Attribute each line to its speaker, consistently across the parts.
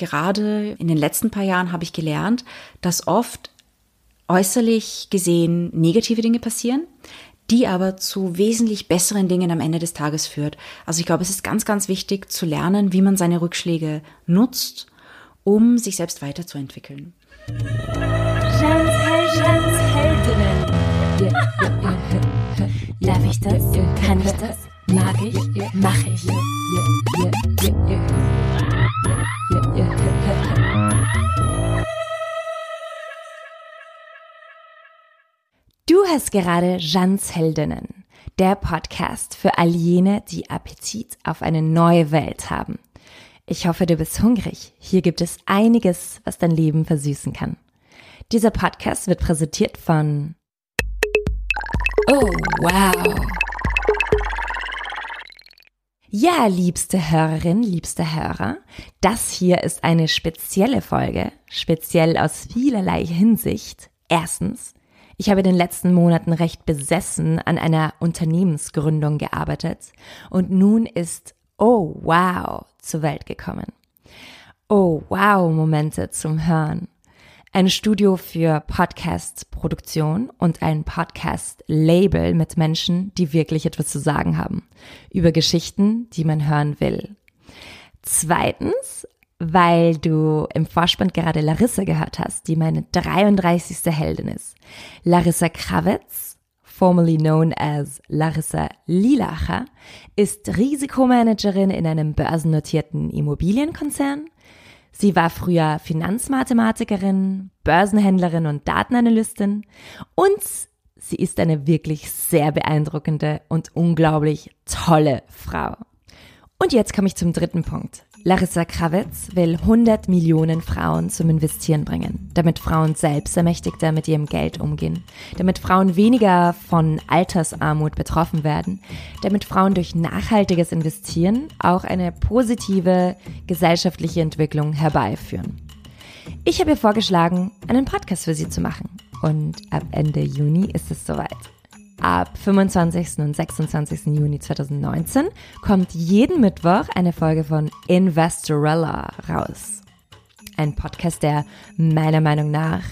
Speaker 1: gerade in den letzten paar Jahren habe ich gelernt, dass oft äußerlich gesehen negative Dinge passieren, die aber zu wesentlich besseren Dingen am Ende des Tages führt. Also ich glaube, es ist ganz, ganz wichtig zu lernen, wie man seine Rückschläge nutzt, um sich selbst weiterzuentwickeln.
Speaker 2: Jeans Heldinnen. Darf ich das? Kann ich das? Mag ich? Mach ich? Du hast gerade Jeans Heldinnen, der Podcast für all jene, die Appetit auf eine neue Welt haben. Ich hoffe, du bist hungrig. Hier gibt es einiges, was dein Leben versüßen kann. Dieser Podcast wird präsentiert von Oh, wow! Ja, liebste Hörerin, liebster Hörer, das hier ist eine spezielle Folge, speziell aus vielerlei Hinsicht. Erstens, ich habe in den letzten Monaten recht besessen an einer Unternehmensgründung gearbeitet und nun ist Oh, wow zur Welt gekommen. Oh, wow Momente zum Hören. Ein Studio für Podcast-Produktion und ein Podcast-Label mit Menschen, die wirklich etwas zu sagen haben. Über Geschichten, die man hören will. Zweitens, weil du im Vorspann gerade Larissa gehört hast, die meine 33. Heldin ist. Larissa Krawitz, formerly known as Larissa Lilacher, ist Risikomanagerin in einem börsennotierten Immobilienkonzern. Sie war früher Finanzmathematikerin, Börsenhändlerin und Datenanalystin und sie ist eine wirklich sehr beeindruckende und unglaublich tolle Frau. Und jetzt komme ich zum dritten Punkt. Larissa Krawitz will 100 Millionen Frauen zum Investieren bringen, damit Frauen selbst ermächtigter mit ihrem Geld umgehen, damit Frauen weniger von Altersarmut betroffen werden, damit Frauen durch nachhaltiges Investieren auch eine positive gesellschaftliche Entwicklung herbeiführen. Ich habe ihr vorgeschlagen, einen Podcast für sie zu machen und ab Ende Juni ist es soweit. Ab 25. und 26. Juni 2019 kommt jeden Mittwoch eine Folge von Investorella raus. Ein Podcast, der meiner Meinung nach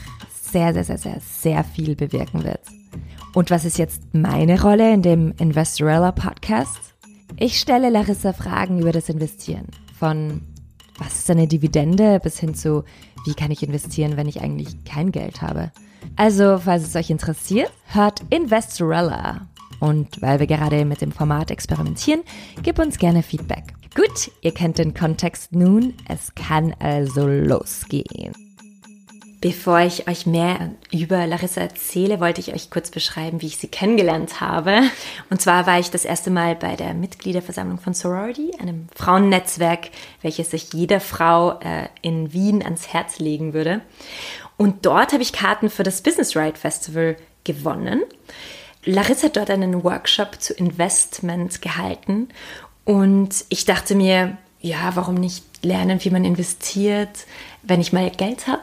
Speaker 2: sehr viel bewirken wird. Und was ist jetzt meine Rolle in dem Investorella Podcast? Ich stelle Larissa Fragen über das Investieren. Von was ist eine Dividende bis hin zu wie kann ich investieren, wenn ich eigentlich kein Geld habe? Also, falls es euch interessiert, hört Investorella. Und weil wir gerade mit dem Format experimentieren, gebt uns gerne Feedback. Gut, ihr kennt den Kontext nun, es kann also losgehen. Bevor ich euch mehr über Larissa erzähle, wollte ich euch kurz beschreiben, wie ich sie kennengelernt habe. Und zwar war ich das erste Mal bei der Mitgliederversammlung von Sorority, einem Frauennetzwerk, welches sich jeder Frau in Wien ans Herz legen würde. Und dort habe ich Karten für das Business Ride Festival gewonnen. Larissa hat dort einen Workshop zu Investment gehalten. Und ich dachte mir, ja, warum nicht lernen, wie man investiert, wenn ich mal Geld habe?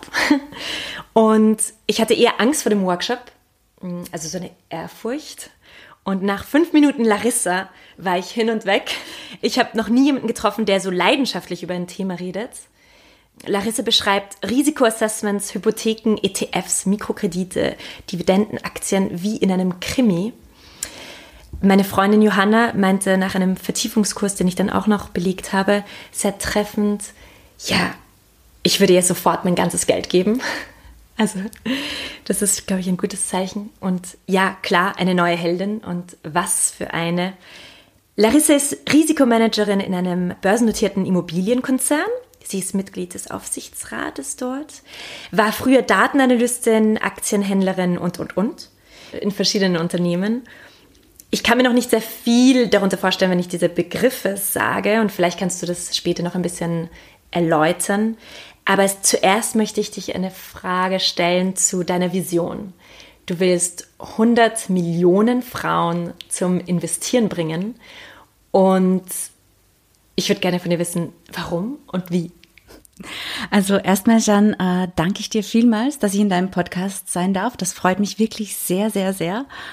Speaker 2: Und ich hatte eher Angst vor dem Workshop, also so eine Ehrfurcht. Und nach 5 Minuten Larissa war ich hin und weg. Ich habe noch nie jemanden getroffen, der so leidenschaftlich über ein Thema redet. Larissa beschreibt Risikoassessments, Hypotheken, ETFs, Mikrokredite, Dividendenaktien wie in einem Krimi. Meine Freundin Johanna meinte nach einem Vertiefungskurs, den ich dann auch noch belegt habe, sehr treffend, ja, ich würde ihr sofort mein ganzes Geld geben. Also das ist, glaube ich, ein gutes Zeichen. Und ja, klar, eine neue Heldin und was für eine. Larissa ist Risikomanagerin in einem börsennotierten Immobilienkonzern. Sie ist Mitglied des Aufsichtsrates dort, war früher Datenanalystin, Aktienhändlerin und in verschiedenen Unternehmen. Ich kann mir noch nicht sehr viel darunter vorstellen, wenn ich diese Begriffe sage und vielleicht kannst du das später noch ein bisschen erläutern. Aber zuerst möchte ich dich eine Frage stellen zu deiner Vision. Du willst 100 Millionen Frauen zum Investieren bringen und ich würde gerne von dir wissen, warum und wie.
Speaker 1: Also erstmal, Jeanne, danke ich dir vielmals, dass ich in deinem Podcast sein darf. Das freut mich wirklich sehr.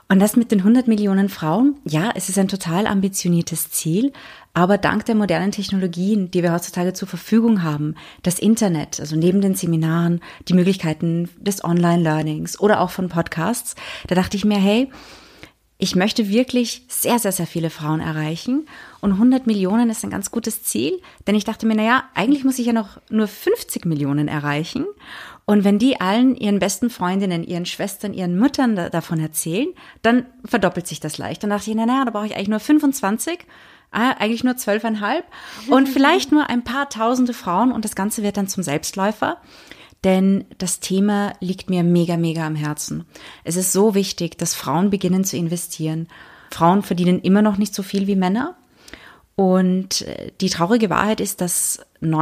Speaker 1: Und das mit den 100 Millionen Frauen, ja, es ist ein total ambitioniertes Ziel, aber dank der modernen Technologien, die wir heutzutage zur Verfügung haben, das Internet, also neben den Seminaren, die Möglichkeiten des Online-Learnings oder auch von Podcasts, da dachte ich mir, hey, ich möchte wirklich sehr, sehr, sehr viele Frauen erreichen und 100 Millionen ist ein ganz gutes Ziel, denn ich dachte mir, naja, eigentlich muss ich ja noch nur 50 Millionen erreichen und wenn die allen ihren besten Freundinnen, ihren Schwestern, ihren Müttern davon erzählen, dann verdoppelt sich das leicht. Dann dachte ich, naja, da brauche ich eigentlich nur 25, eigentlich nur 12,5 und vielleicht nur ein paar tausende Frauen und das Ganze wird dann zum Selbstläufer. Denn das Thema liegt mir mega, mega am Herzen. Es ist so wichtig, dass Frauen beginnen zu investieren. Frauen verdienen immer noch nicht so viel wie Männer. Und die traurige Wahrheit ist, dass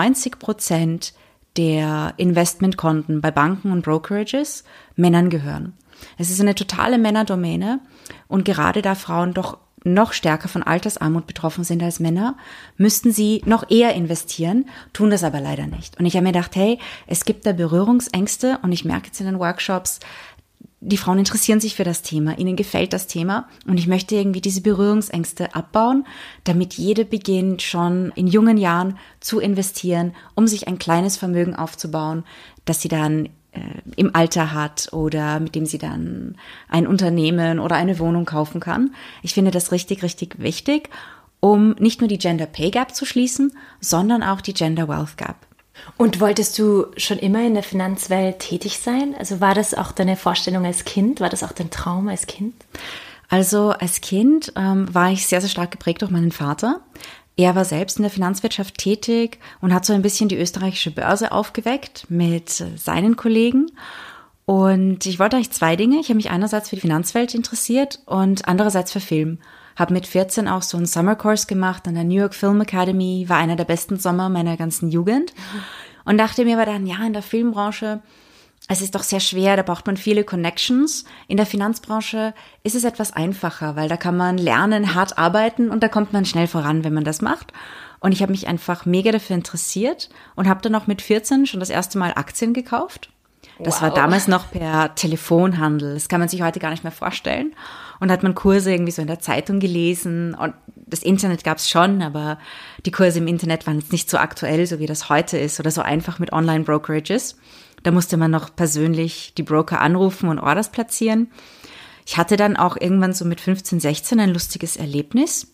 Speaker 1: 90% der Investmentkonten bei Banken und Brokerages Männern gehören. Es ist eine totale Männerdomäne. Und gerade da Frauen doch noch stärker von Altersarmut betroffen sind als Männer, müssten sie noch eher investieren, tun das aber leider nicht. Und ich habe mir gedacht, hey, es gibt da Berührungsängste und ich merke jetzt in den Workshops, die Frauen interessieren sich für das Thema, ihnen gefällt das Thema und ich möchte irgendwie diese Berührungsängste abbauen, damit jede beginnt schon in jungen Jahren zu investieren, um sich ein kleines Vermögen aufzubauen, das sie dann im Alter hat oder mit dem sie dann ein Unternehmen oder eine Wohnung kaufen kann. Ich finde das richtig, richtig wichtig, um nicht nur die Gender Pay Gap zu schließen, sondern auch die Gender Wealth Gap.
Speaker 2: Und wolltest du schon immer in der Finanzwelt tätig sein? Also war das auch deine Vorstellung als Kind? War das auch dein Traum als Kind?
Speaker 1: Also als Kind war ich sehr, sehr stark geprägt durch meinen Vater. Er war selbst in der Finanzwirtschaft tätig und hat so ein bisschen die österreichische Börse aufgeweckt mit seinen Kollegen. Und ich wollte eigentlich zwei Dinge. Ich habe mich einerseits für die Finanzwelt interessiert und andererseits für Film. Habe mit 14 auch so einen Summer Course gemacht an der New York Film Academy, war einer der besten Sommer meiner ganzen Jugend. Und dachte mir aber dann, ja, in der Filmbranche, es ist doch sehr schwer, da braucht man viele Connections. In der Finanzbranche ist es etwas einfacher, weil da kann man lernen, hart arbeiten und da kommt man schnell voran, wenn man das macht. Und ich habe mich einfach mega dafür interessiert und habe dann auch mit 14 schon das erste Mal Aktien gekauft. Das war damals noch per Telefonhandel. Das kann man sich heute gar nicht mehr vorstellen. Und hat man Kurse irgendwie so in der Zeitung gelesen. Und das Internet gab es schon, aber die Kurse im Internet waren jetzt nicht so aktuell, so wie das heute ist oder so einfach mit Online-Brokerages. Da musste man noch persönlich die Broker anrufen und Orders platzieren. Ich hatte dann auch irgendwann so mit 15, 16 ein lustiges Erlebnis.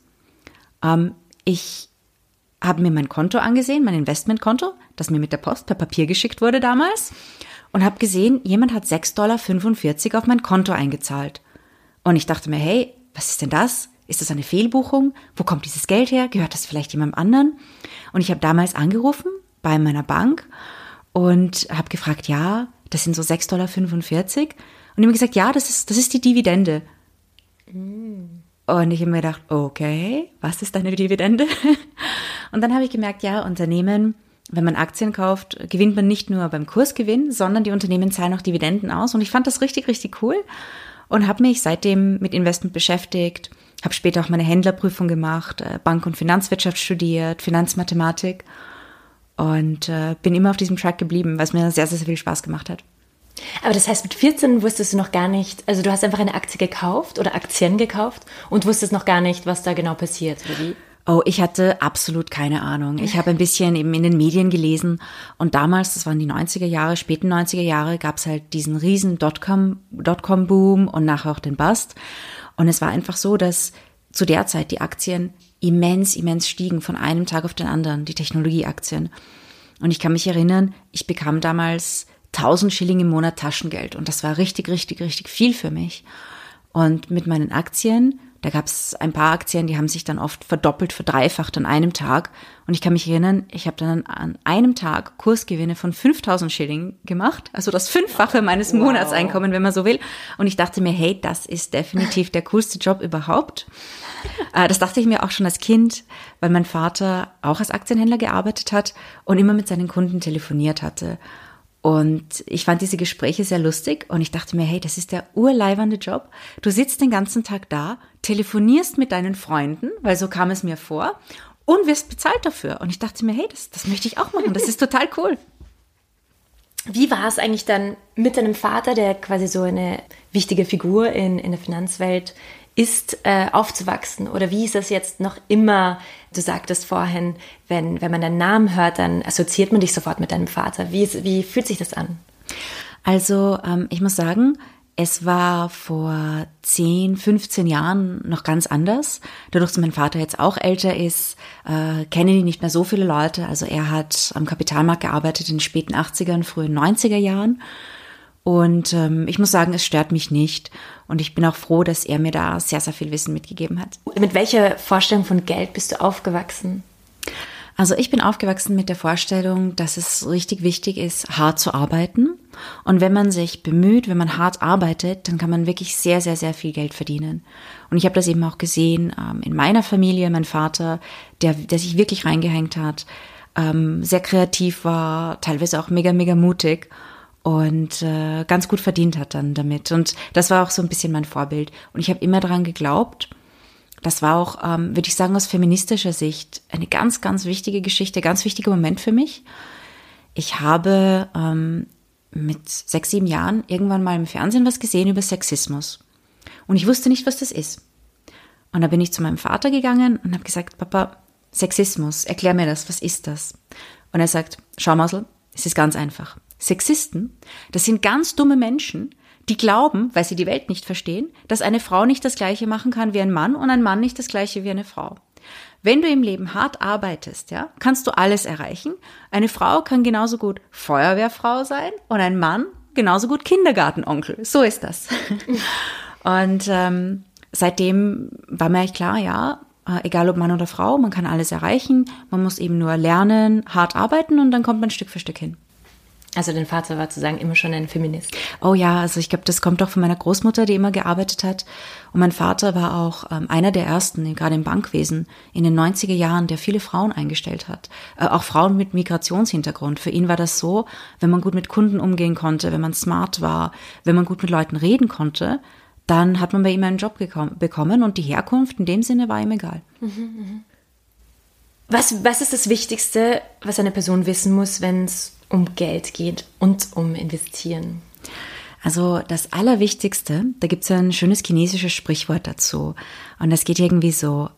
Speaker 1: Ich habe mir mein Konto angesehen, mein Investmentkonto, das mir mit der Post per Papier geschickt wurde damals. Und habe gesehen, jemand hat 6,45 $ auf mein Konto eingezahlt. Und ich dachte mir, hey, was ist denn das? Ist das eine Fehlbuchung? Wo kommt dieses Geld her? Gehört das vielleicht jemandem anderen? Und ich habe damals angerufen bei meiner Bank und habe gefragt, ja, das sind so 6,45 $. Und die haben gesagt, ja, das ist die Dividende. Und ich habe mir gedacht, okay, was ist deine Dividende? Und dann habe ich gemerkt, ja, Unternehmen, wenn man Aktien kauft, gewinnt man nicht nur beim Kursgewinn, sondern die Unternehmen zahlen auch Dividenden aus. Und ich fand das richtig, richtig cool und habe mich seitdem mit Investment beschäftigt, habe später auch meine Händlerprüfung gemacht, Bank- und Finanzwirtschaft studiert, Finanzmathematik und bin immer auf diesem Track geblieben, weil es mir sehr, sehr, sehr viel Spaß gemacht hat.
Speaker 2: Aber das heißt, mit 14 wusstest du noch gar nicht, also du hast einfach eine Aktie gekauft oder Aktien gekauft und wusstest noch gar nicht, was da genau passiert, oder wie?
Speaker 1: Oh, ich hatte absolut keine Ahnung. Ich habe ein bisschen eben in den Medien gelesen und damals, das waren die 90er Jahre, späten 90er Jahre, gab es halt diesen riesen Dotcom-Boom und nachher auch den Bust. Und es war einfach so, dass zu der Zeit die Aktien immens stiegen von einem Tag auf den anderen, die Technologieaktien. Und ich kann mich erinnern, ich bekam damals 1000 Schilling im Monat Taschengeld und das war richtig, richtig, richtig viel für mich. Und mit meinen Aktien, da gab es ein paar Aktien, die haben sich dann oft verdoppelt, verdreifacht an einem Tag. Und ich kann mich erinnern, ich habe dann an einem Tag Kursgewinne von 5000 Schilling gemacht. Also das Fünffache meines Monatseinkommens, wenn man so will. Und ich dachte mir, hey, das ist definitiv der coolste Job überhaupt. Das dachte ich mir auch schon als Kind, weil mein Vater auch als Aktienhändler gearbeitet hat und immer mit seinen Kunden telefoniert hatte. Und ich fand diese Gespräche sehr lustig und ich dachte mir, hey, das ist der urleibernde Job. Du sitzt den ganzen Tag da, telefonierst mit deinen Freunden, weil so kam es mir vor, und wirst bezahlt dafür. Und ich dachte mir, hey, das möchte ich auch machen, das ist total cool.
Speaker 2: Wie war es eigentlich dann mit deinem Vater, der quasi so eine wichtige Figur in der Finanzwelt ist, aufzuwachsen? Oder wie ist das jetzt noch immer? Du sagtest vorhin, wenn man deinen Namen hört, dann assoziiert man dich sofort mit deinem Vater. Wie fühlt sich das an?
Speaker 1: Also ich muss sagen, es war vor 10, 15 Jahren noch ganz anders. Dadurch, dass mein Vater jetzt auch älter ist, kennen die nicht mehr so viele Leute. Also er hat am Kapitalmarkt gearbeitet in den späten 80ern, frühen 90er Jahren. Und ich muss sagen, es stört mich nicht. Und ich bin auch froh, dass er mir da sehr, sehr viel Wissen mitgegeben hat.
Speaker 2: Mit welcher Vorstellung von Geld bist du aufgewachsen?
Speaker 1: Also ich bin aufgewachsen mit der Vorstellung, dass es richtig wichtig ist, hart zu arbeiten. Und wenn man sich bemüht, wenn man hart arbeitet, dann kann man wirklich sehr, sehr, sehr viel Geld verdienen. Und ich habe das eben auch gesehen in meiner Familie, mein Vater, der sich wirklich reingehängt hat, sehr kreativ war, teilweise auch mega, mega mutig und ganz gut verdient hat dann damit. Und das war auch so ein bisschen mein Vorbild. Und ich habe immer daran geglaubt. Das war auch, würde ich sagen, aus feministischer Sicht eine ganz, ganz wichtige Geschichte, ganz wichtiger Moment für mich. Ich habe mit 6, 7 Jahren irgendwann mal im Fernsehen was gesehen über Sexismus. Und ich wusste nicht, was das ist. Und da bin ich zu meinem Vater gegangen und habe gesagt, Papa, Sexismus, erklär mir das, was ist das? Und er sagt, schau Mausl, es ist ganz einfach. Sexisten, das sind ganz dumme Menschen, die glauben, weil sie die Welt nicht verstehen, dass eine Frau nicht das Gleiche machen kann wie ein Mann und ein Mann nicht das Gleiche wie eine Frau. Wenn du im Leben hart arbeitest, ja, kannst du alles erreichen. Eine Frau kann genauso gut Feuerwehrfrau sein und ein Mann genauso gut Kindergartenonkel. So ist das. Und seitdem war mir eigentlich klar, ja, egal ob Mann oder Frau, man kann alles erreichen. Man muss eben nur lernen, hart arbeiten und dann kommt man Stück für Stück hin.
Speaker 2: Also dein Vater war sozusagen immer schon ein Feminist.
Speaker 1: Oh ja, also ich glaube, das kommt auch von meiner Großmutter, die immer gearbeitet hat. Und mein Vater war auch einer der ersten, gerade im Bankwesen, in den 90er Jahren, der viele Frauen eingestellt hat. Auch Frauen mit Migrationshintergrund. Für ihn war das so, wenn man gut mit Kunden umgehen konnte, wenn man smart war, wenn man gut mit Leuten reden konnte, dann hat man bei ihm einen Job bekommen und die Herkunft in dem Sinne war ihm egal.
Speaker 2: Was ist das Wichtigste, was eine Person wissen muss, wenn es um Geld geht und um Investieren?
Speaker 1: Also das Allerwichtigste, da gibt es ein schönes chinesisches Sprichwort dazu. Und das geht irgendwie so,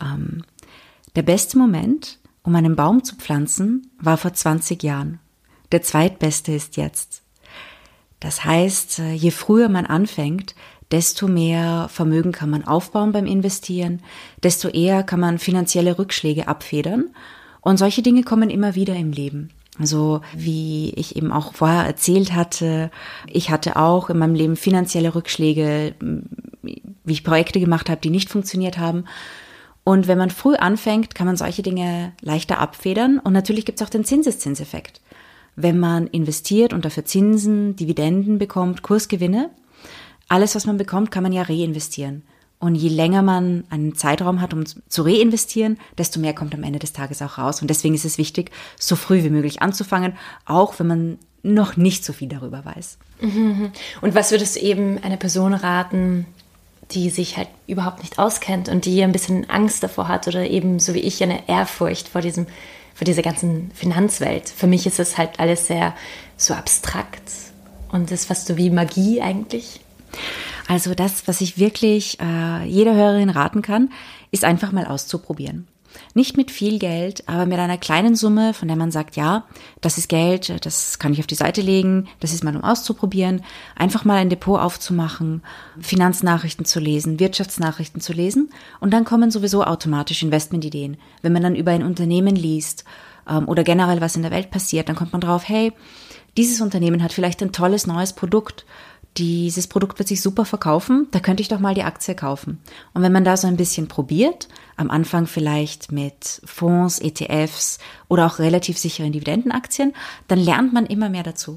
Speaker 1: der beste Moment, um einen Baum zu pflanzen, war vor 20 Jahren. Der zweitbeste ist jetzt. Das heißt, je früher man anfängt, desto mehr Vermögen kann man aufbauen beim Investieren, desto eher kann man finanzielle Rückschläge abfedern. Und solche Dinge kommen immer wieder im Leben. Also wie ich eben auch vorher erzählt hatte, ich hatte auch in meinem Leben finanzielle Rückschläge, wie ich Projekte gemacht habe, die nicht funktioniert haben. Und wenn man früh anfängt, kann man solche Dinge leichter abfedern. Und natürlich gibt es auch den Zinseszinseffekt. Wenn man investiert und dafür Zinsen, Dividenden bekommt, Kursgewinne, alles, was man bekommt, kann man ja reinvestieren. Und je länger man einen Zeitraum hat, um zu reinvestieren, desto mehr kommt am Ende des Tages auch raus. Und deswegen ist es wichtig, so früh wie möglich anzufangen, auch wenn man noch nicht so viel darüber weiß.
Speaker 2: Und was würdest du eben einer Person raten, die sich halt überhaupt nicht auskennt und die ein bisschen Angst davor hat oder eben so wie ich eine Ehrfurcht vor dieser ganzen Finanzwelt? Für mich ist das halt alles sehr so abstrakt und das ist fast so wie Magie eigentlich.
Speaker 1: Also das, was ich wirklich jeder Hörerin raten kann, ist einfach mal auszuprobieren. Nicht mit viel Geld, aber mit einer kleinen Summe, von der man sagt, ja, das ist Geld, das kann ich auf die Seite legen, das ist mal um auszuprobieren. Einfach mal ein Depot aufzumachen, Finanznachrichten zu lesen, Wirtschaftsnachrichten zu lesen und dann kommen sowieso automatisch Investmentideen. Wenn man dann über ein Unternehmen liest oder generell was in der Welt passiert, dann kommt man drauf, hey, dieses Unternehmen hat vielleicht ein tolles neues Produkt. Dieses Produkt wird sich super verkaufen, da könnte ich doch mal die Aktie kaufen. Und wenn man da so ein bisschen probiert, am Anfang vielleicht mit Fonds, ETFs oder auch relativ sicheren Dividendenaktien, dann lernt man immer mehr dazu.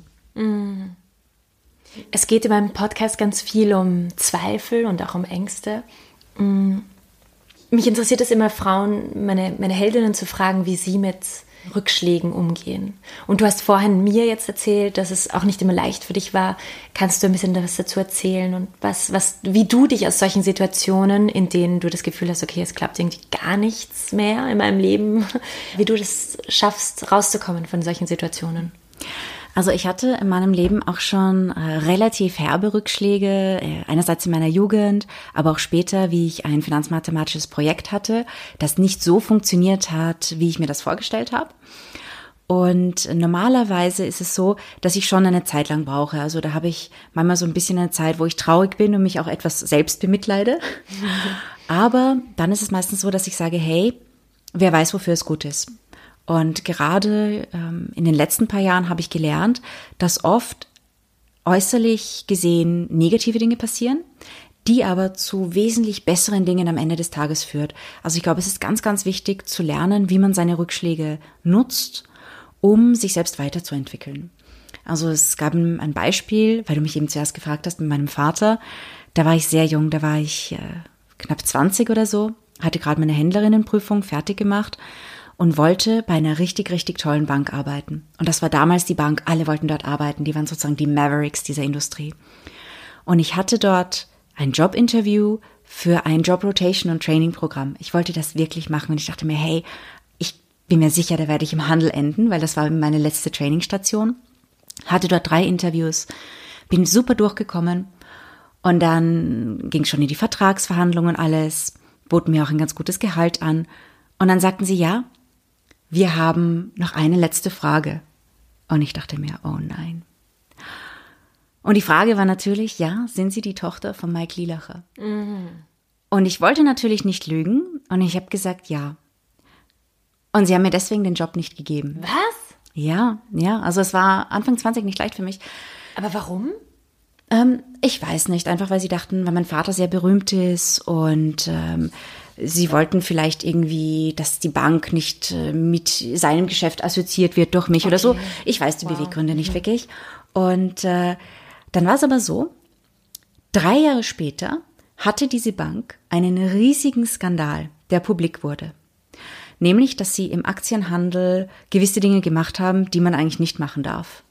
Speaker 2: Es geht in meinem Podcast ganz viel um Zweifel und auch um Ängste. Mich interessiert es immer, Frauen, meine Heldinnen zu fragen, wie sie mit Rückschlägen umgehen. Und du hast vorhin mir jetzt erzählt, dass es auch nicht immer leicht für dich war. Kannst du ein bisschen was dazu erzählen und wie du dich aus solchen Situationen, in denen du das Gefühl hast, okay, es klappt irgendwie gar nichts mehr in meinem Leben, wie du das schaffst, rauszukommen von solchen Situationen?
Speaker 1: Also ich hatte in meinem Leben auch schon relativ herbe Rückschläge, einerseits in meiner Jugend, aber auch später, wie ich ein finanzmathematisches Projekt hatte, das nicht so funktioniert hat, wie ich mir das vorgestellt habe. Und normalerweise ist es so, dass ich schon eine Zeit lang brauche. Also da habe ich manchmal so ein bisschen eine Zeit, wo ich traurig bin und mich auch etwas selbst bemitleide. Aber dann ist es meistens so, dass ich sage, hey, wer weiß, wofür es gut ist. Und gerade in den letzten paar Jahren habe ich gelernt, dass oft äußerlich gesehen negative Dinge passieren, die aber zu wesentlich besseren Dingen am Ende des Tages führt. Also ich glaube, es ist ganz, ganz wichtig zu lernen, wie man seine Rückschläge nutzt, um sich selbst weiterzuentwickeln. Also es gab ein Beispiel, weil du mich eben zuerst gefragt hast, mit meinem Vater. Da war ich sehr jung, da war ich knapp 20 oder so, hatte gerade meine Händlerinnenprüfung fertig gemacht und wollte bei einer richtig, richtig tollen Bank arbeiten. Und das war damals die Bank, alle wollten dort arbeiten, die waren sozusagen die Mavericks dieser Industrie. Und ich hatte dort ein Jobinterview für ein Job-Rotation- und Training-Programm. Ich wollte das wirklich machen und ich dachte mir, hey, ich bin mir sicher, da werde ich im Handel enden, weil das war meine letzte Trainingsstation. Hatte dort 3 Interviews, bin super durchgekommen und dann ging schon in die Vertragsverhandlungen alles, boten mir auch ein ganz gutes Gehalt an und dann sagten sie, ja, wir haben noch eine letzte Frage. Und ich dachte mir, oh nein. Und die Frage war natürlich, ja, sind Sie die Tochter von Mike Lielacher? Mhm. Und ich wollte natürlich nicht lügen und ich habe gesagt, ja. Und sie haben mir deswegen den Job nicht gegeben.
Speaker 2: Was?
Speaker 1: Ja, also es war Anfang 20 nicht leicht für mich.
Speaker 2: Aber warum?
Speaker 1: Ich weiß nicht, einfach weil sie dachten, weil mein Vater sehr berühmt ist und sie wollten vielleicht irgendwie, dass die Bank nicht mit seinem Geschäft assoziiert wird durch mich oder so. Ich weiß die Beweggründe nicht wirklich. Und dann war es aber so, 3 Jahre später hatte diese Bank einen riesigen Skandal, der publik wurde. Nämlich, dass sie im Aktienhandel gewisse Dinge gemacht haben, die man eigentlich nicht machen darf.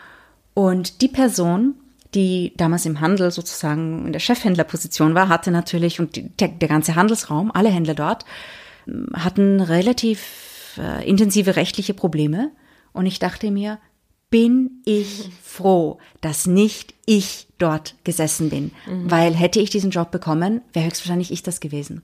Speaker 1: Und die Person, die damals im Handel sozusagen in der Chefhändlerposition war, hatte natürlich, und der ganze Handelsraum, alle Händler dort, hatten relativ intensive rechtliche Probleme. Und ich dachte mir, bin ich froh, dass nicht ich dort gesessen bin. Weil hätte ich diesen Job bekommen, wäre höchstwahrscheinlich ich das gewesen.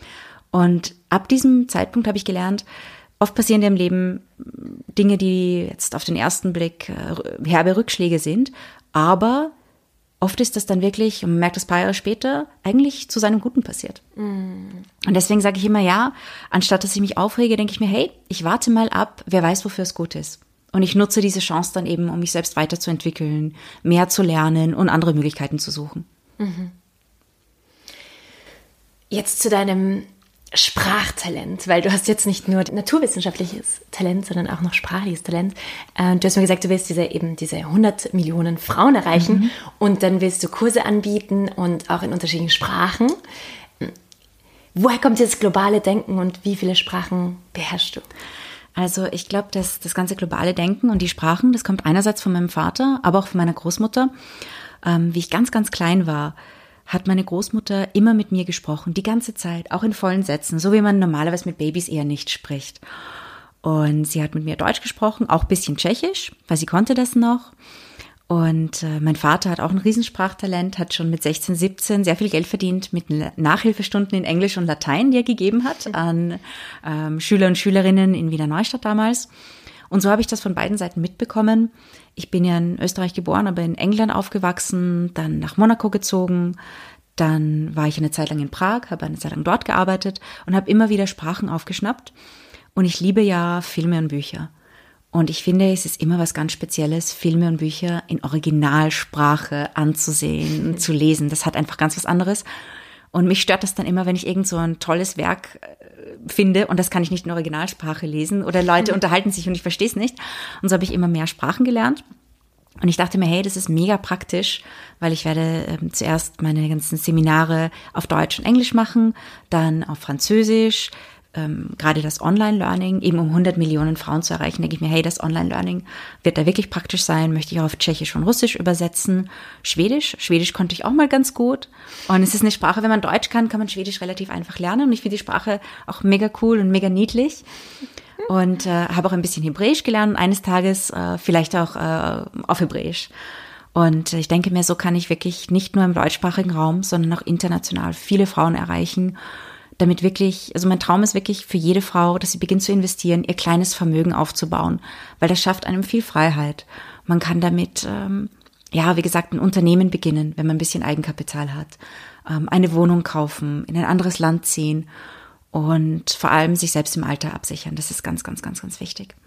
Speaker 1: Und ab diesem Zeitpunkt habe ich gelernt, oft passieren dir im Leben Dinge, die jetzt auf den ersten Blick herbe Rückschläge sind, aber oft ist das dann wirklich, und man merkt das ein paar Jahre später, eigentlich zu seinem Guten passiert. Und deswegen sage ich immer, ja, anstatt dass ich mich aufrege, denke ich mir, hey, ich warte mal ab, wer weiß, wofür es gut ist. Und ich nutze diese Chance dann eben, um mich selbst weiterzuentwickeln, mehr zu lernen und andere Möglichkeiten zu suchen.
Speaker 2: Jetzt zu deinem Sprachtalent, weil du hast jetzt nicht nur naturwissenschaftliches Talent, sondern auch noch sprachliches Talent. Du hast mir gesagt, du willst diese 100 Millionen Frauen erreichen und dann willst du Kurse anbieten und auch in unterschiedlichen Sprachen. Woher kommt jetzt das globale Denken und wie viele Sprachen beherrschst du?
Speaker 1: Also ich glaube, dass das ganze globale Denken und die Sprachen, das kommt einerseits von meinem Vater, aber auch von meiner Großmutter. Wie ich ganz, ganz klein war, hat meine Großmutter immer mit mir gesprochen, die ganze Zeit, auch in vollen Sätzen, so wie man normalerweise mit Babys eher nicht spricht. Und sie hat mit mir Deutsch gesprochen, auch ein bisschen Tschechisch, weil sie konnte das noch. Und mein Vater hat auch ein Riesensprachtalent, hat schon mit 16, 17 sehr viel Geld verdient mit Nachhilfestunden in Englisch und Latein, die er gegeben hat an Schüler und Schülerinnen in Wiener Neustadt damals. Und so habe ich das von beiden Seiten mitbekommen. Ich bin ja in Österreich geboren, aber in England aufgewachsen, dann nach Monaco gezogen. Dann war ich eine Zeit lang in Prag, habe eine Zeit lang dort gearbeitet und habe immer wieder Sprachen aufgeschnappt. Und ich liebe ja Filme und Bücher. Und ich finde, es ist immer was ganz Spezielles, Filme und Bücher in Originalsprache anzusehen und zu lesen. Das hat einfach ganz was anderes. Und mich stört das dann immer, wenn ich irgend so ein tolles Werk finde und das kann ich nicht in Originalsprache lesen oder Leute unterhalten sich und ich verstehe es nicht. Und so habe ich immer mehr Sprachen gelernt. Und ich dachte mir, hey, das ist mega praktisch, weil ich werde zuerst meine ganzen Seminare auf Deutsch und Englisch machen, dann auf Französisch, gerade das Online-Learning, eben um 100 Millionen Frauen zu erreichen, denke ich mir, hey, das Online-Learning wird da wirklich praktisch sein, möchte ich auch auf Tschechisch und Russisch übersetzen. Schwedisch konnte ich auch mal ganz gut. Und es ist eine Sprache, wenn man Deutsch kann man Schwedisch relativ einfach lernen. Und ich finde die Sprache auch mega cool und mega niedlich. und habe auch ein bisschen Hebräisch gelernt und eines Tages vielleicht auch auf Hebräisch. Und ich denke mir, so kann ich wirklich nicht nur im deutschsprachigen Raum, sondern auch international viele Frauen erreichen, damit wirklich, also mein Traum ist wirklich für jede Frau, dass sie beginnt zu investieren, ihr kleines Vermögen aufzubauen, weil das schafft einem viel Freiheit. Man kann damit, wie gesagt, ein Unternehmen beginnen, wenn man ein bisschen Eigenkapital hat, eine Wohnung kaufen, in ein anderes Land ziehen und vor allem sich selbst im Alter absichern. Das ist ganz, ganz, ganz, ganz wichtig.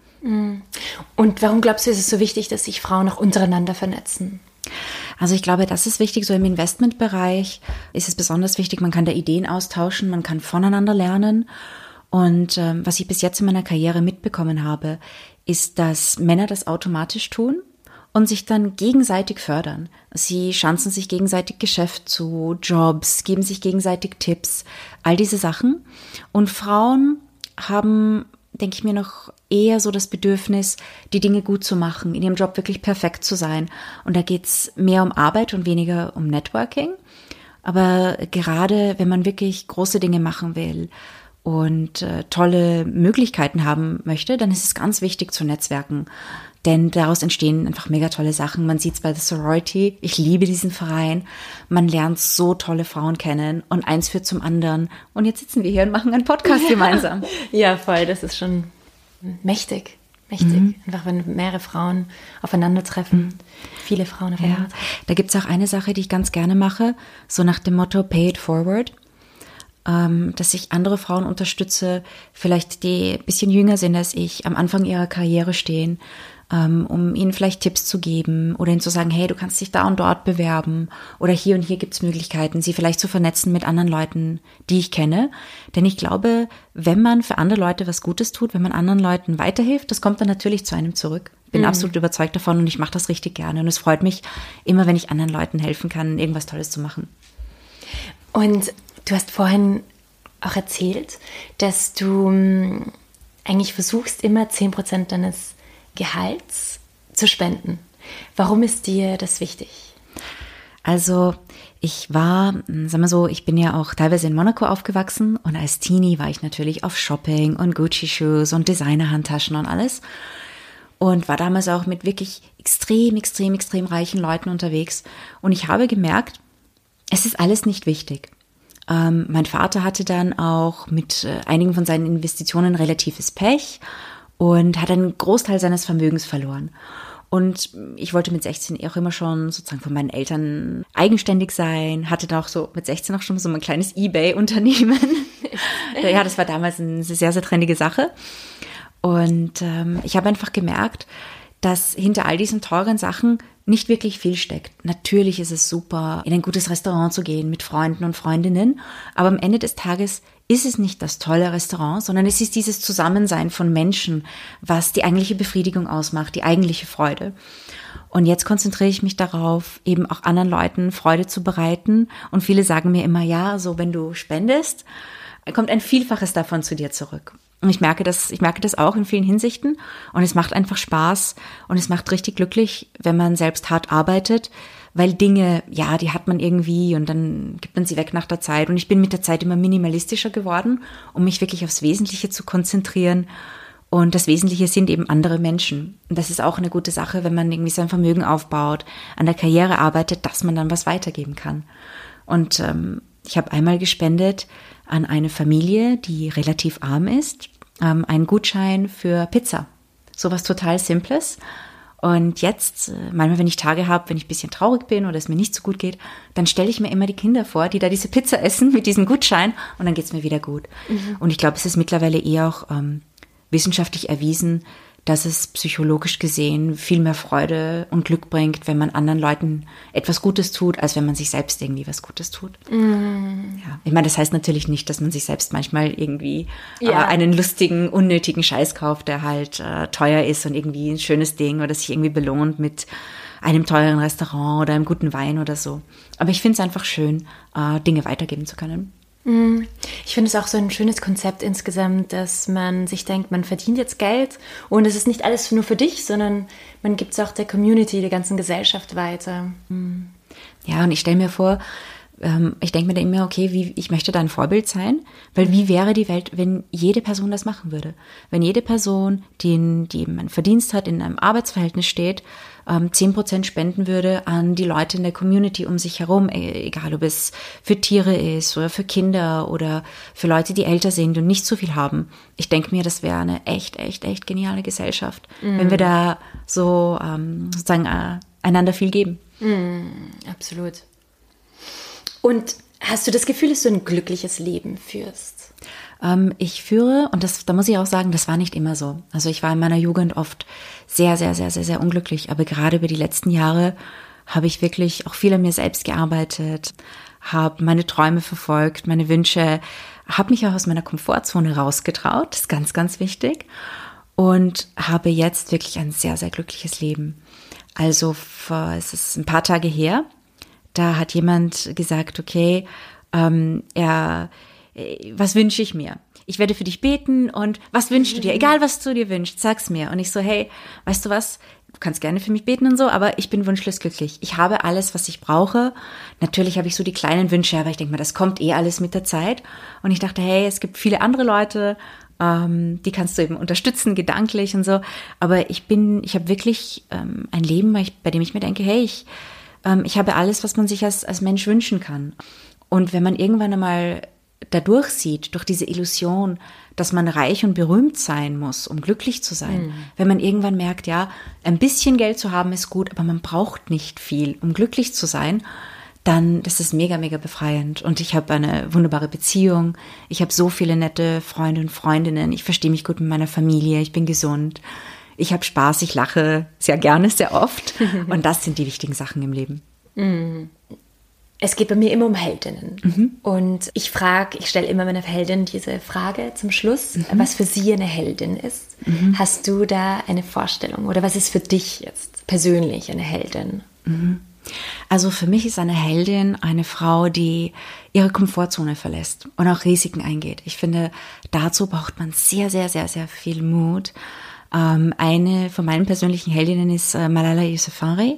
Speaker 2: Und warum glaubst du, ist es so wichtig, dass sich Frauen auch untereinander vernetzen?
Speaker 1: Also ich glaube, das ist wichtig. So im Investmentbereich ist es besonders wichtig. Man kann da Ideen austauschen, man kann voneinander lernen. Und was ich bis jetzt in meiner Karriere mitbekommen habe, ist, dass Männer das automatisch tun und sich dann gegenseitig fördern. Sie schanzen sich gegenseitig Geschäft zu, Jobs, geben sich gegenseitig Tipps, all diese Sachen. Und Frauen haben, denke ich mir, noch eher so das Bedürfnis, die Dinge gut zu machen, in ihrem Job wirklich perfekt zu sein. Und da geht's mehr um Arbeit und weniger um Networking. Aber gerade wenn man wirklich große Dinge machen will und tolle Möglichkeiten haben möchte, dann ist es ganz wichtig zu netzwerken. Denn daraus entstehen einfach mega tolle Sachen. Man sieht es bei The Sorority. Ich liebe diesen Verein. Man lernt so tolle Frauen kennen und eins führt zum anderen. Und jetzt sitzen wir hier und machen einen Podcast gemeinsam.
Speaker 2: Ja, voll. Das ist schon mächtig. Einfach wenn mehrere Frauen aufeinandertreffen. Viele Frauen aufeinandertreffen.
Speaker 1: Ja. Da gibt es auch eine Sache, die ich ganz gerne mache. So nach dem Motto Pay it forward. Dass ich andere Frauen unterstütze, vielleicht die ein bisschen jünger sind als ich, am Anfang ihrer Karriere stehen, um ihnen vielleicht Tipps zu geben oder ihnen zu sagen, hey, du kannst dich da und dort bewerben oder hier und hier gibt's Möglichkeiten, sie vielleicht zu vernetzen mit anderen Leuten, die ich kenne. Denn ich glaube, wenn man für andere Leute was Gutes tut, wenn man anderen Leuten weiterhilft, das kommt dann natürlich zu einem zurück. Ich bin absolut überzeugt davon und ich mache das richtig gerne. Und es freut mich immer, wenn ich anderen Leuten helfen kann, irgendwas Tolles zu machen.
Speaker 2: Und du hast vorhin auch erzählt, dass du eigentlich versuchst, immer 10% deines Gehalts zu spenden. Warum ist dir das wichtig?
Speaker 1: Also ich war, sagen wir so, ich bin ja auch teilweise in Monaco aufgewachsen und als Teenie war ich natürlich auf Shopping und Gucci-Shoes und Designer-Handtaschen und alles und war damals auch mit wirklich extrem reichen Leuten unterwegs und ich habe gemerkt, es ist alles nicht wichtig. Mein Vater hatte dann auch mit einigen von seinen Investitionen relatives Pech und hat einen Großteil seines Vermögens verloren. Und ich wollte mit 16 auch immer schon sozusagen von meinen Eltern eigenständig sein, hatte da auch so mit 16 auch schon so ein kleines eBay-Unternehmen. Ja, das war damals eine sehr, sehr trendige Sache. Und ich habe einfach gemerkt, dass hinter all diesen teuren Sachen nicht wirklich viel steckt. Natürlich ist es super, in ein gutes Restaurant zu gehen mit Freunden und Freundinnen, aber am Ende des Tages ist es nicht das tolle Restaurant, sondern es ist dieses Zusammensein von Menschen, was die eigentliche Befriedigung ausmacht, die eigentliche Freude. Und jetzt konzentriere ich mich darauf, eben auch anderen Leuten Freude zu bereiten. Und viele sagen mir immer, ja, so wenn du spendest, kommt ein Vielfaches davon zu dir zurück. Und ich merke das auch in vielen Hinsichten. Und es macht einfach Spaß und es macht richtig glücklich, wenn man selbst hart arbeitet, weil Dinge, ja, die hat man irgendwie und dann gibt man sie weg nach der Zeit. Und ich bin mit der Zeit immer minimalistischer geworden, um mich wirklich aufs Wesentliche zu konzentrieren. Und das Wesentliche sind eben andere Menschen. Und das ist auch eine gute Sache, wenn man irgendwie sein Vermögen aufbaut, an der Karriere arbeitet, dass man dann was weitergeben kann. Und ich habe einmal gespendet an eine Familie, die relativ arm ist, einen Gutschein für Pizza. Sowas total Simples. Und jetzt, manchmal, wenn ich Tage habe, wenn ich ein bisschen traurig bin oder es mir nicht so gut geht, dann stelle ich mir immer die Kinder vor, die da diese Pizza essen mit diesem Gutschein und dann geht es mir wieder gut. Mhm. Und ich glaube, es ist mittlerweile eher auch wissenschaftlich erwiesen, dass es psychologisch gesehen viel mehr Freude und Glück bringt, wenn man anderen Leuten etwas Gutes tut, als wenn man sich selbst irgendwie was Gutes tut. Mm. Ja. Ich meine, das heißt natürlich nicht, dass man sich selbst manchmal irgendwie einen lustigen, unnötigen Scheiß kauft, der halt teuer ist und irgendwie ein schönes Ding oder sich irgendwie belohnt mit einem teuren Restaurant oder einem guten Wein oder so. Aber ich finde es einfach schön, Dinge weitergeben zu können.
Speaker 2: Ich finde es auch so ein schönes Konzept insgesamt, dass man sich denkt, man verdient jetzt Geld und es ist nicht alles nur für dich, sondern man gibt es auch der Community, der ganzen Gesellschaft weiter.
Speaker 1: Ja, und ich stelle mir vor, ich denke mir dann immer, okay, ich möchte da ein Vorbild sein, weil wie wäre die Welt, wenn jede Person das machen würde? Wenn jede Person, die eben einen Verdienst hat, in einem Arbeitsverhältnis steht, 10% spenden würde an die Leute in der Community um sich herum, egal ob es für Tiere ist oder für Kinder oder für Leute, die älter sind und nicht so viel haben. Ich denke mir, das wäre eine echt geniale Gesellschaft, wenn wir da so sozusagen einander viel geben.
Speaker 2: Absolut. Und hast du das Gefühl, dass du ein glückliches Leben führst?
Speaker 1: Ich führe, und da muss ich auch sagen, das war nicht immer so. Also ich war in meiner Jugend oft sehr unglücklich, aber gerade über die letzten Jahre habe ich wirklich auch viel an mir selbst gearbeitet, habe meine Träume verfolgt, meine Wünsche, habe mich auch aus meiner Komfortzone rausgetraut, das ist ganz wichtig, und habe jetzt wirklich ein sehr glückliches Leben. Also es ist ein paar Tage her, da hat jemand gesagt, okay, was wünsche ich mir? Ich werde für dich beten und was wünschst du dir? Egal, was du dir wünschst, sag's mir. Und ich so, hey, weißt du was? Du kannst gerne für mich beten und so, aber ich bin wunschlos glücklich. Ich habe alles, was ich brauche. Natürlich habe ich so die kleinen Wünsche, aber ich denke mal, das kommt alles mit der Zeit. Und ich dachte, hey, es gibt viele andere Leute, die kannst du eben unterstützen, gedanklich und so. Aber ich habe wirklich ein Leben, bei dem ich mir denke, hey, ich habe alles, was man sich als Mensch wünschen kann. Und wenn man irgendwann einmal da durchsieht, durch diese Illusion, dass man reich und berühmt sein muss, um glücklich zu sein, wenn man irgendwann merkt, ja, ein bisschen Geld zu haben ist gut, aber man braucht nicht viel, um glücklich zu sein, dann das ist mega befreiend. Und ich habe eine wunderbare Beziehung, ich habe so viele nette Freunde und Freundinnen, ich verstehe mich gut mit meiner Familie, ich bin gesund, ich habe Spaß, ich lache sehr gerne, sehr oft. Und das sind die wichtigen Sachen im Leben.
Speaker 2: Es geht bei mir immer um Heldinnen. Und ich stelle immer meiner Heldin diese Frage zum Schluss, was für sie eine Heldin ist. Hast du da eine Vorstellung? Oder was ist für dich jetzt persönlich eine Heldin?
Speaker 1: Also für mich ist eine Heldin eine Frau, die ihre Komfortzone verlässt und auch Risiken eingeht. Ich finde, dazu braucht man sehr viel Mut. Eine von meinen persönlichen Heldinnen ist Malala Yousafzai.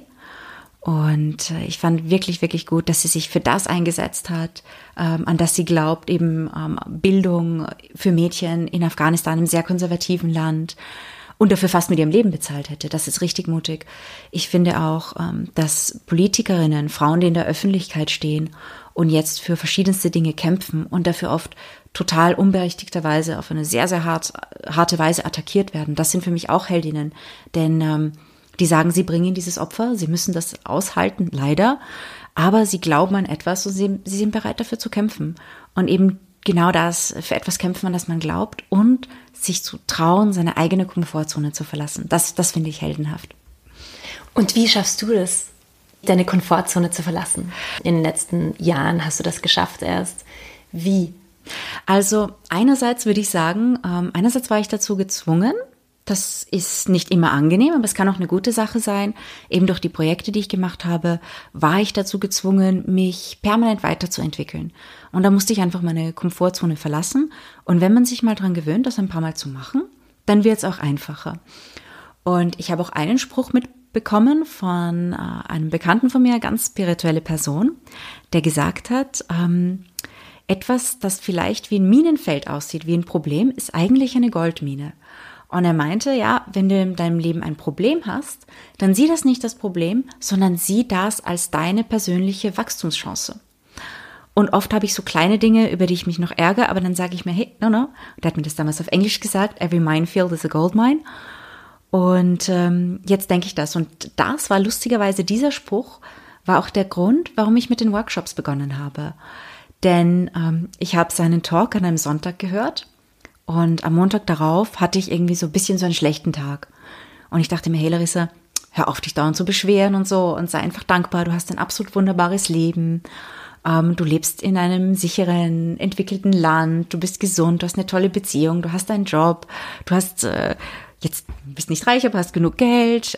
Speaker 1: Und ich fand wirklich gut, dass sie sich für das eingesetzt hat, an das sie glaubt, eben Bildung für Mädchen in Afghanistan, einem sehr konservativen Land, und dafür fast mit ihrem Leben bezahlt hätte. Das ist richtig mutig. Ich finde auch, dass Politikerinnen, Frauen, die in der Öffentlichkeit stehen und jetzt für verschiedenste Dinge kämpfen und dafür oft total unberechtigterweise auf eine sehr harte Weise attackiert werden, das sind für mich auch Heldinnen. Denn die sagen, sie bringen dieses Opfer, sie müssen das aushalten, leider, aber sie glauben an etwas und sie sind bereit dafür zu kämpfen. Und eben genau das, für etwas kämpfen, an das man glaubt und sich zu trauen, seine eigene Komfortzone zu verlassen. Das finde ich heldenhaft.
Speaker 2: Und wie schaffst du das, deine Komfortzone zu verlassen? In den letzten Jahren hast du das geschafft erst. Wie?
Speaker 1: Also einerseits würde ich sagen, einerseits war ich dazu gezwungen. Das ist nicht immer angenehm, aber es kann auch eine gute Sache sein. Eben durch die Projekte, die ich gemacht habe, war ich dazu gezwungen, mich permanent weiterzuentwickeln. Und da musste ich einfach meine Komfortzone verlassen. Und wenn man sich mal dran gewöhnt, das ein paar Mal zu machen, dann wird es auch einfacher. Und ich habe auch einen Spruch mitbekommen von einem Bekannten von mir, eine ganz spirituelle Person, der gesagt hat, etwas, das vielleicht wie ein Minenfeld aussieht, wie ein Problem, ist eigentlich eine Goldmine. Und er meinte, ja, wenn du in deinem Leben ein Problem hast, dann sieh das nicht als Problem, sondern sieh das als deine persönliche Wachstumschance. Und oft habe ich so kleine Dinge, über die ich mich noch ärgere, aber dann sage ich mir, hey, no. Der hat mir das damals auf Englisch gesagt, every minefield is a gold mine. Und jetzt denke ich das. Und das war lustigerweise, dieser Spruch war auch der Grund, warum ich mit den Workshops begonnen habe. Denn ich habe seinen Talk an einem Sonntag gehört. Und am Montag darauf hatte ich irgendwie so ein bisschen so einen schlechten Tag. Und ich dachte mir, hey Larissa, hör auf, dich dauernd zu beschweren und so und sei einfach dankbar. Du hast ein absolut wunderbares Leben. Du lebst in einem sicheren, entwickelten Land. Du bist gesund, du hast eine tolle Beziehung, du hast einen Job. Du hast, bist nicht reich, aber hast genug Geld.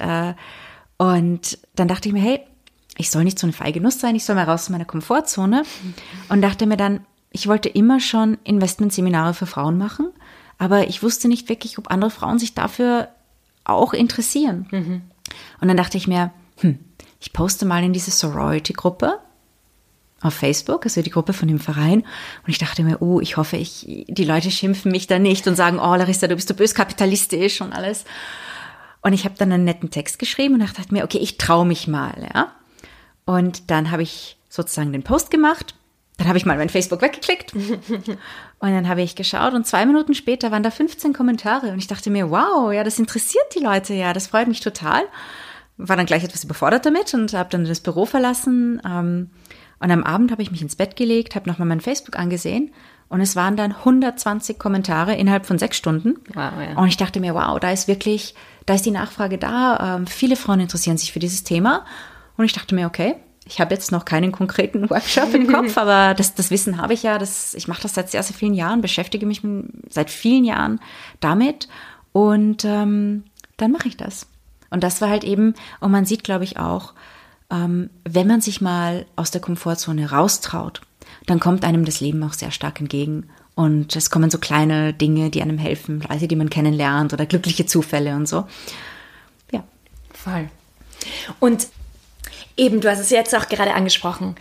Speaker 1: Und dann dachte ich mir, hey, ich soll nicht so eine feige Nuss sein, ich soll mal raus aus meiner Komfortzone. Und dachte mir dann, ich wollte immer schon Investmentseminare für Frauen machen, aber ich wusste nicht wirklich, ob andere Frauen sich dafür auch interessieren. Und dann dachte ich mir, ich poste mal in diese Sorority-Gruppe auf Facebook, also die Gruppe von dem Verein. Und ich dachte mir, oh, ich hoffe, die Leute schimpfen mich da nicht und sagen, oh Larissa, du bist so böskapitalistisch und alles. Und ich habe dann einen netten Text geschrieben und dachte mir, okay, ich traue mich mal, ja. Und dann habe ich sozusagen den Post gemacht. Dann habe ich mal mein Facebook weggeklickt. Und dann habe ich geschaut und 2 Minuten später waren da 15 Kommentare. Und ich dachte mir, wow, ja, das interessiert die Leute, ja, das freut mich total. War dann gleich etwas überfordert damit und habe dann das Büro verlassen. Und am Abend habe ich mich ins Bett gelegt, habe nochmal mein Facebook angesehen. Und es waren dann 120 Kommentare innerhalb von 6 Stunden.
Speaker 2: Wow, ja.
Speaker 1: Und ich dachte mir, wow, da ist die Nachfrage da. Viele Frauen interessieren sich für dieses Thema. Und ich dachte mir, okay, ich habe jetzt noch keinen konkreten Workshop im Kopf, aber das Wissen habe ich ja. Ich mache das seit sehr, sehr vielen Jahren, beschäftige mich seit vielen Jahren damit. Und dann mache ich das. Und das war halt eben, und man sieht, glaube ich, auch, wenn man sich mal aus der Komfortzone raustraut, dann kommt einem das Leben auch sehr stark entgegen. Und es kommen so kleine Dinge, die einem helfen, Leute, die man kennenlernt oder glückliche Zufälle und so. Ja.
Speaker 2: Voll. Und eben, du hast es jetzt auch gerade angesprochen,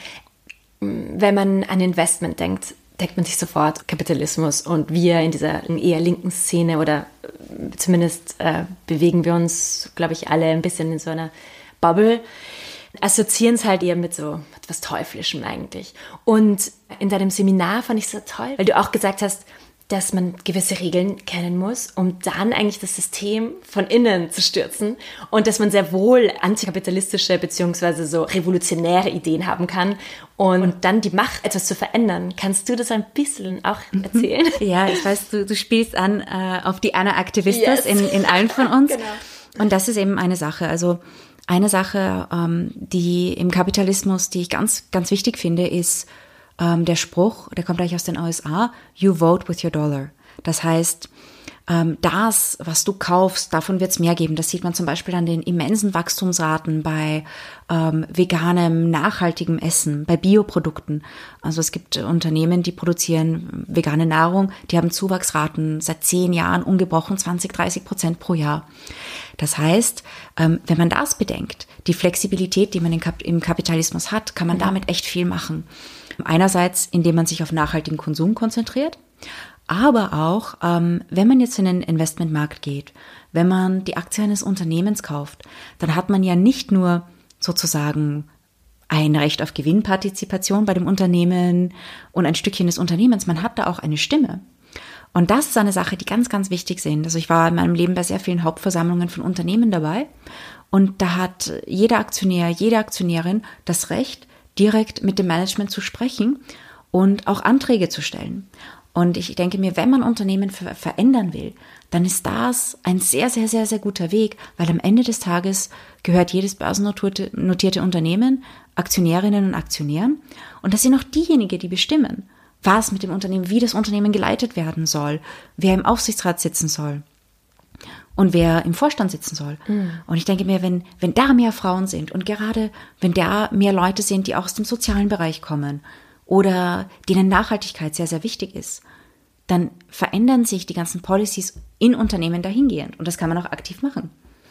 Speaker 2: wenn man an Investment denkt man sich sofort Kapitalismus und wir in dieser eher linken Szene oder zumindest bewegen wir uns, glaube ich, alle ein bisschen in so einer Bubble, assoziieren es halt eher mit so etwas Teuflischem eigentlich. Und in deinem Seminar fand ich es so toll, weil du auch gesagt hast, dass man gewisse Regeln kennen muss, um dann eigentlich das System von innen zu stürzen und dass man sehr wohl antikapitalistische bzw. so revolutionäre Ideen haben kann und dann die Macht, etwas zu verändern. Kannst du das ein bisschen auch erzählen?
Speaker 1: Ja, ich weiß, du spielst an auf die Anna Aktivistas in allen von uns.
Speaker 2: Genau.
Speaker 1: Und das ist eben eine Sache. Also eine Sache, die im Kapitalismus, die ich ganz, ganz wichtig finde, ist der Spruch, der kommt gleich aus den USA, you vote with your dollar. Das heißt, das, was du kaufst, davon wird es mehr geben. Das sieht man zum Beispiel an den immensen Wachstumsraten bei veganem, nachhaltigem Essen, bei Bioprodukten. Also es gibt Unternehmen, die produzieren vegane Nahrung, die haben Zuwachsraten seit 10 Jahren ungebrochen 20-30% pro Jahr. Das heißt, wenn man das bedenkt, die Flexibilität, die man im Kapitalismus hat, kann man damit echt viel machen. Einerseits, indem man sich auf nachhaltigen Konsum konzentriert, aber auch, wenn man jetzt in den Investmentmarkt geht, wenn man die Aktie eines Unternehmens kauft, dann hat man ja nicht nur sozusagen ein Recht auf Gewinnpartizipation bei dem Unternehmen und ein Stückchen des Unternehmens, man hat da auch eine Stimme. Und das ist eine Sache, die ganz, ganz wichtig sind. Also ich war in meinem Leben bei sehr vielen Hauptversammlungen von Unternehmen dabei und da hat jeder Aktionär, jede Aktionärin das Recht, direkt mit dem Management zu sprechen und auch Anträge zu stellen. Und ich denke mir, wenn man Unternehmen verändern will, dann ist das ein sehr, sehr, sehr, sehr guter Weg, weil am Ende des Tages gehört jedes börsennotierte Unternehmen Aktionärinnen und Aktionären. Und das sind auch diejenigen, die bestimmen, was mit dem Unternehmen, wie das Unternehmen geleitet werden soll, wer im Aufsichtsrat sitzen soll und wer im Vorstand sitzen soll. Und ich denke mir, wenn da mehr Frauen sind und gerade wenn da mehr Leute sind, die auch aus dem sozialen Bereich kommen oder denen Nachhaltigkeit sehr, sehr wichtig ist, dann verändern sich die ganzen Policies in Unternehmen dahingehend. Und das kann man auch aktiv machen.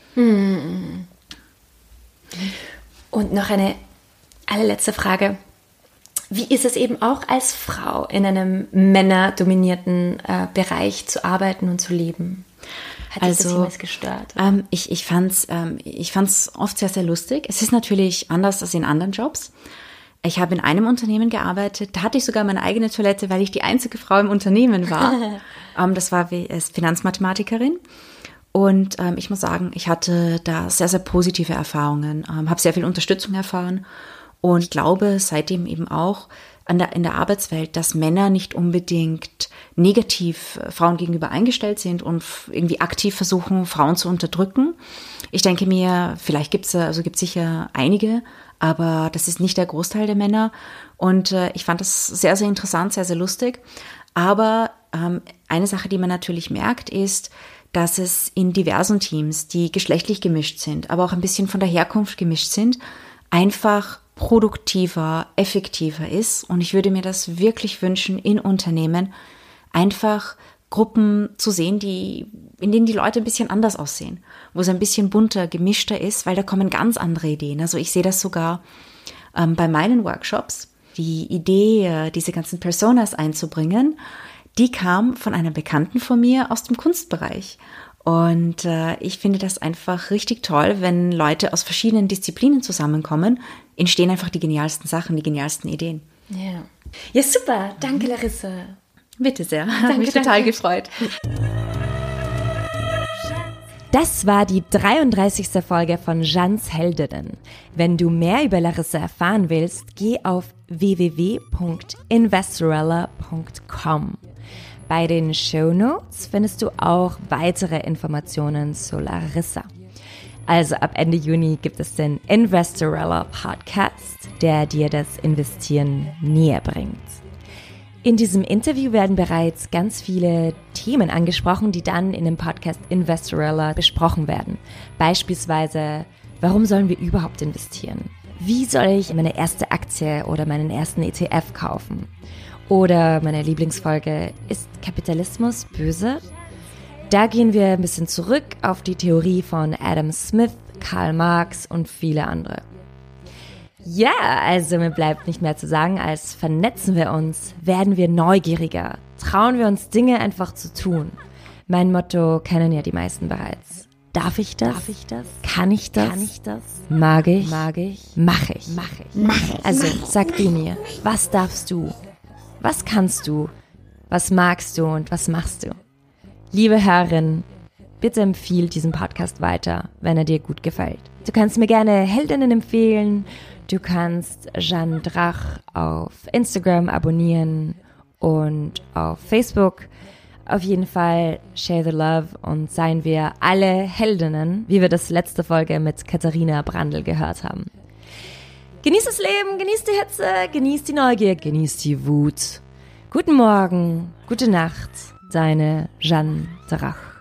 Speaker 2: Und noch eine allerletzte Frage. Wie ist es eben auch als Frau in einem männerdominierten Bereich zu arbeiten und zu leben? Hat dich das jemals gestört?
Speaker 1: Ich fand's oft sehr, sehr lustig. Es ist natürlich anders als in anderen Jobs. Ich habe in einem Unternehmen gearbeitet, da hatte ich sogar meine eigene Toilette, weil ich die einzige Frau im Unternehmen war. Das war als Finanzmathematikerin. Und ich muss sagen, ich hatte da sehr, sehr positive Erfahrungen, habe sehr viel Unterstützung erfahren. Und ich glaube seitdem eben auch in der Arbeitswelt, dass Männer nicht unbedingt negativ Frauen gegenüber eingestellt sind und irgendwie aktiv versuchen, Frauen zu unterdrücken. Ich denke mir, vielleicht gibt's sicher einige, aber das ist nicht der Großteil der Männer. Und ich fand das sehr, sehr interessant, sehr, sehr lustig. Aber eine Sache, die man natürlich merkt, ist, dass es in diversen Teams, die geschlechtlich gemischt sind, aber auch ein bisschen von der Herkunft gemischt sind, einfach produktiver, effektiver ist. Und ich würde mir das wirklich wünschen, in Unternehmen einfach Gruppen zu sehen, in denen die Leute ein bisschen anders aussehen, wo es ein bisschen bunter, gemischter ist, weil da kommen ganz andere Ideen. Also ich sehe das sogar bei meinen Workshops, Die Idee, diese ganzen Personas einzubringen, die kam von einer Bekannten von mir aus dem Kunstbereich. Und ich finde das einfach richtig toll, wenn Leute aus verschiedenen Disziplinen zusammenkommen, entstehen einfach die genialsten Sachen, die genialsten Ideen.
Speaker 2: Ja, ja super. Danke, Larissa.
Speaker 1: Bitte sehr. Hat mich total gefreut.
Speaker 2: Das war die 33. Folge von Jeannes Heldinnen. Wenn du mehr über Larissa erfahren willst, geh auf www.investorella.com. Bei den Shownotes findest du auch weitere Informationen zu Larissa. Also ab Ende Juni gibt es den Investorella Podcast, der dir das Investieren näher bringt. In diesem Interview werden bereits ganz viele Themen angesprochen, die dann in dem Podcast Investorella besprochen werden. Beispielsweise, warum sollen wir überhaupt investieren? Wie soll ich meine erste Aktie oder meinen ersten ETF kaufen? Oder meine Lieblingsfolge, ist Kapitalismus böse? Da gehen wir ein bisschen zurück auf die Theorie von Adam Smith, Karl Marx und viele andere. Ja, also mir bleibt nicht mehr zu sagen, als vernetzen wir uns, werden wir neugieriger, trauen wir uns Dinge einfach zu tun. Mein Motto kennen ja die meisten bereits. Darf ich das? Kann ich das? Mag ich? Mach ich. Also sag du mir, was darfst du? Was kannst du? Was magst du und was machst du? Liebe Hörerin, bitte empfiehl diesen Podcast weiter, wenn er dir gut gefällt. Du kannst mir gerne Heldinnen empfehlen. Du kannst Jeanne Drach auf Instagram abonnieren und auf Facebook. Auf jeden Fall share the love und seien wir alle Heldinnen, wie wir das letzte Folge mit Katharina Brandl gehört haben. Genieß das Leben, genieß die Hitze, genieß die Neugier, genieß die Wut. Guten Morgen, gute Nacht, deine Jeanne Drach.